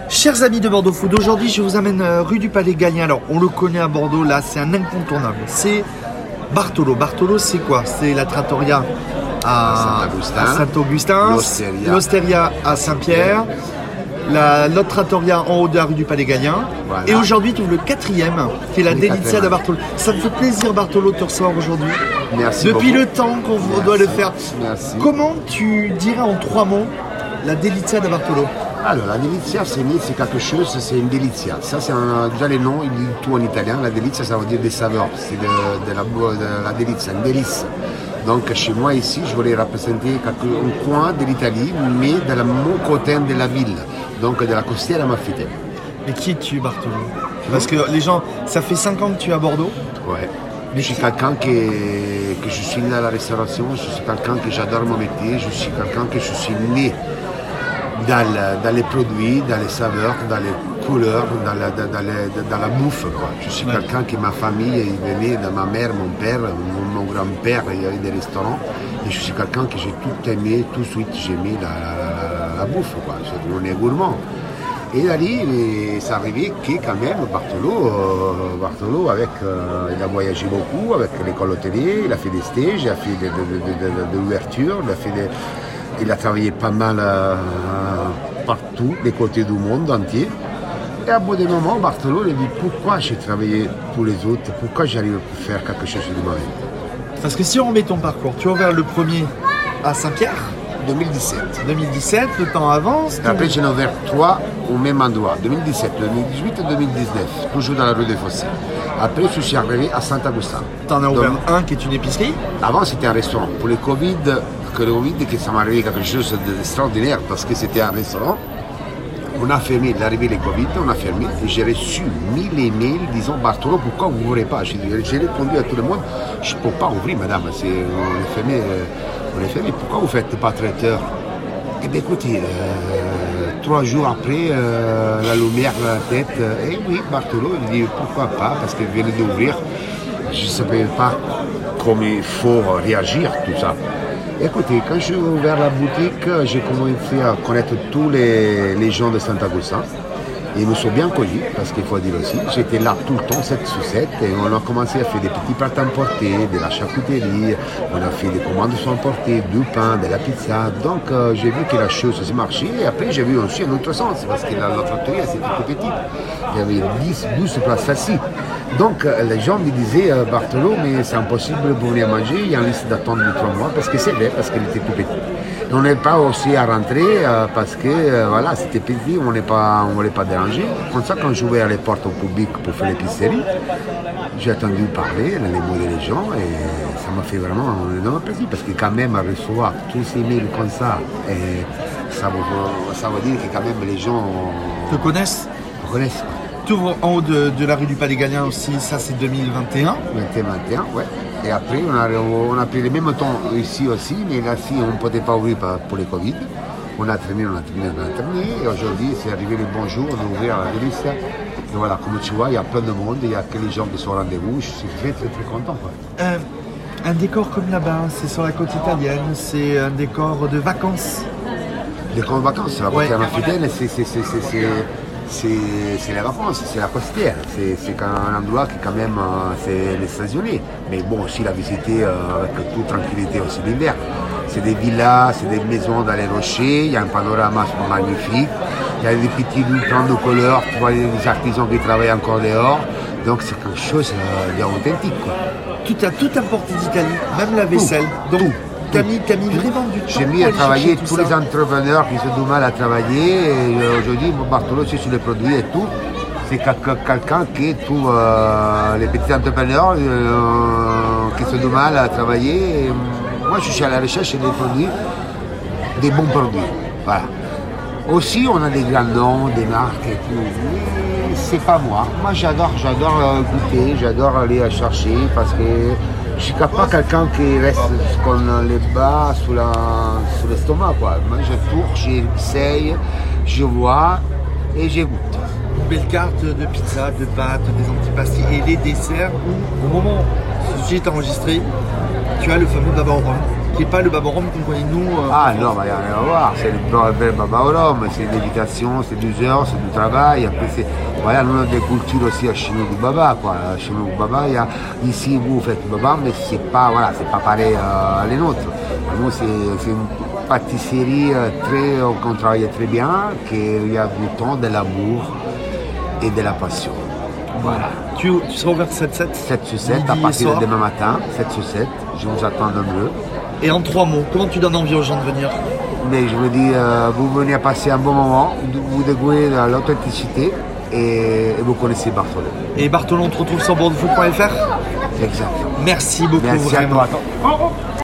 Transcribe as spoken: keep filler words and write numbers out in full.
Chers amis de Bordeaux Food, aujourd'hui je vous amène euh, rue du Palais Gallien. Alors on le connaît à Bordeaux, là c'est un incontournable. C'est Bartolo. Bartolo c'est quoi? C'est la trattoria à Saint-Augustin, l'Osteria à Saint-Pierre, la, l'autre trattoria en haut de la rue du Palais Gallien. Voilà. Et aujourd'hui tu ouvres le quatrième, qui est la Delizia de Bartolo. Ça me fait plaisir Bartolo de te recevoir aujourd'hui. Merci Depuis beaucoup. le temps qu'on Merci. doit le faire. Merci. Comment tu dirais en trois mots la Delizia de Bartolo? Alors, la delizia, c'est, c'est quelque chose, c'est une delizia. Ça, c'est un, déjà les noms, ils disent tout en italien. La delizia, ça veut dire des saveurs. C'est de, de, la, de la delizia, une délice. Donc, chez moi, ici, je voulais représenter quelque, un coin de l'Italie, mais de la, mon côté de la ville. Donc, de la Costiera Amalfitana. Mais qui es-tu, Bartolo? Parce que les gens, ça fait cinq ans que tu es à Bordeaux. Ouais. Je suis quelqu'un qui, que je suis né à la restauration, je suis quelqu'un que j'adore mon métier, je suis quelqu'un que je suis né Dans, le, dans les produits, dans les saveurs, dans les couleurs, dans la, dans, dans les, dans la bouffe. Quoi. Je suis ouais. quelqu'un qui, ma famille, il venait de ma mère, mon père, mon, mon grand-père, il y avait des restaurants. Et je suis quelqu'un que j'ai tout aimé, tout de suite j'ai aimé la, la, la, la bouffe. Quoi. On est gourmand. Et là, c'est arrivé que quand même, Bartolo, euh, Bartolo avec, euh, il a voyagé beaucoup avec l'école hôtelière, il a fait des stages, il a fait de, de, de, de, de, de l'ouverture, il a fait des... Il a travaillé pas mal euh, partout, des côtés du monde entier. Et à bout d'un moment, Bartolo lui dit pourquoi j'ai travaillé pour les autres, pourquoi j'arrive à faire quelque chose de ma vie. Parce que si on remet ton parcours, tu as ouvert le premier à Saint-Pierre deux mille dix-sept. deux mille dix-sept, le temps avance. Et après, j'en ai ouvert trois au même endroit, deux mille dix-sept, deux mille dix-huit et deux mille dix-neuf, toujours dans la rue des Fossés. Après, je suis arrivé à Saint-Augustin. Tu en as ouvert Donc, un qui est une épicerie? Avant, c'était un restaurant. Pour le Covid, que le Covid, que ça m'est arrivé quelque chose d'extraordinaire parce que c'était un restaurant. On a fermé, l'arrivée du Covid, on a fermé et j'ai reçu mille emails disant Bartolo, pourquoi vous n'ouvrez pas? J'ai, j'ai répondu à tout le monde, je ne peux pas ouvrir, madame, c'est, on est fermé, on est fermé, pourquoi vous ne faites pas traiteur? Eh bien écoutez, euh, trois jours après, euh, la lumière dans la tête, et euh, oui, Bartolo, il dit pourquoi pas, parce qu'il venait d'ouvrir, je ne savais pas comment il faut réagir, tout ça. Écoutez, quand j'ai ouvert la boutique, j'ai commencé à connaître tous les, les gens de Saint-Augustin. Ils me sont bien connus, parce qu'il faut dire aussi, j'étais là tout le temps, sept sur sept, et on a commencé à faire des petits plats emportés, de la charcuterie, on a fait des commandes sont emportées, du pain, de la pizza. Donc euh, j'ai vu que la chose se marchait, et après j'ai vu aussi un autre sens, parce que la, la trattoria c'était tout petit. Il y avait dix, douze places assises. Donc euh, les gens me disaient, euh, Bartolo, mais c'est impossible de venir manger, il y a une liste d'attente de trois mois, parce que c'est vrai, parce qu'elle était tout petite. On n'est pas aussi à rentrer euh, parce que euh, voilà, c'était petit, on ne voulait pas déranger. Comme ça, quand j'ouvrais les portes au public pour faire l'épicerie, j'ai attendu parler, les mots des gens, et ça m'a fait vraiment un énorme plaisir parce que quand même, recevoir tous ces mails comme ça, et ça, veut, ça veut dire que quand même les gens te connaissent. Me connaissent. Tu ouvres en haut de, de la rue du Palais Gallien aussi, ça c'est deux mille vingt et un. vingt et un, vingt et un, ouais. Et après, on a, on a pris le même temps ici aussi, mais là, si on ne pouvait pas ouvrir pour le Covid, on a terminé, on a terminé, on a terminé. Et aujourd'hui, c'est arrivé le bon jour d'ouvrir la Delizia. Et voilà, comme tu vois, il y a plein de monde, il y a que les gens qui sont au rendez-vous. Je suis très, très, très content. Quoi. Euh, un décor comme là-bas, c'est sur la côte italienne, c'est un décor de vacances. Décor de vacances, c'est la côte amalfitana, c'est, c'est, c'est, c'est, c'est, c'est, c'est la vacances, c'est la costière. C'est, c'est un endroit qui quand même, euh, c'est les stationné. Mais bon, aussi la visiter euh, avec toute tranquillité aussi l'hiver. C'est des villas, c'est des maisons dans les rochers, il y a un panorama magnifique, il y a des petits plans de couleurs, tu vois les artisans qui travaillent encore dehors. Donc c'est quelque chose euh, d'authentique. Quoi. Tout a tout importé d'Italie, même la vaisselle. Tout, Donc, tout. T'as mis, t'as mis vraiment du temps. J'ai mis à travailler tous ça. les entrepreneurs qui se du mal à travailler. Et aujourd'hui, Bartolo, c'est sur les produits et tout. C'est quelqu'un qui est tous euh, les petits entrepreneurs euh, qui se du mal à travailler. Et moi, je suis à la recherche des produits, des bons produits. Voilà. Aussi, on a des grands noms, des marques et tout. Mais c'est pas moi. Moi, j'adore, j'adore goûter, j'adore aller chercher parce que je suis pas quelqu'un qui reste con les bas sous, la, sous l'estomac. Quoi. Moi, je tourne, j'essaye, je vois et je goûte. Une belle carte de pizza, de pâtes, des antipasti et les desserts où, au moment où j'ai été enregistré, tu as le fameux baba au rhum qui n'est pas le baba au rhum qu'on connaît nous. Euh, ah non, il n'y a rien à voir. C'est le vrai baba au rhum, c'est l'éducation, c'est deux heures, c'est du travail. Après, c'est, voilà, nous on a des cultures aussi à chez nous du baba, quoi. Chez nous, baba, il y a, ici, vous faites du baba, mais c'est pas, voilà, c'est pas pareil euh, à les nôtres. Nous, c'est, c'est une pâtisserie euh, très, qu'on travaille très bien, qu'il y a du temps, de l'amour et de la passion. Voilà. Tu, tu seras ouvert sept sept sept sur sept, à partir de demain matin, sept sur sept, je vous attends nombreux. Et en trois mots, comment tu donnes envie aux gens de venir? Mais je vous dis, euh, vous venez passer un bon moment, vous découvrez l'authenticité et, et vous connaissez Bartolo. Et Bartolo, on te retrouve sur bordeaux food point f r. Exactement. Merci beaucoup. Merci vraiment. à toi.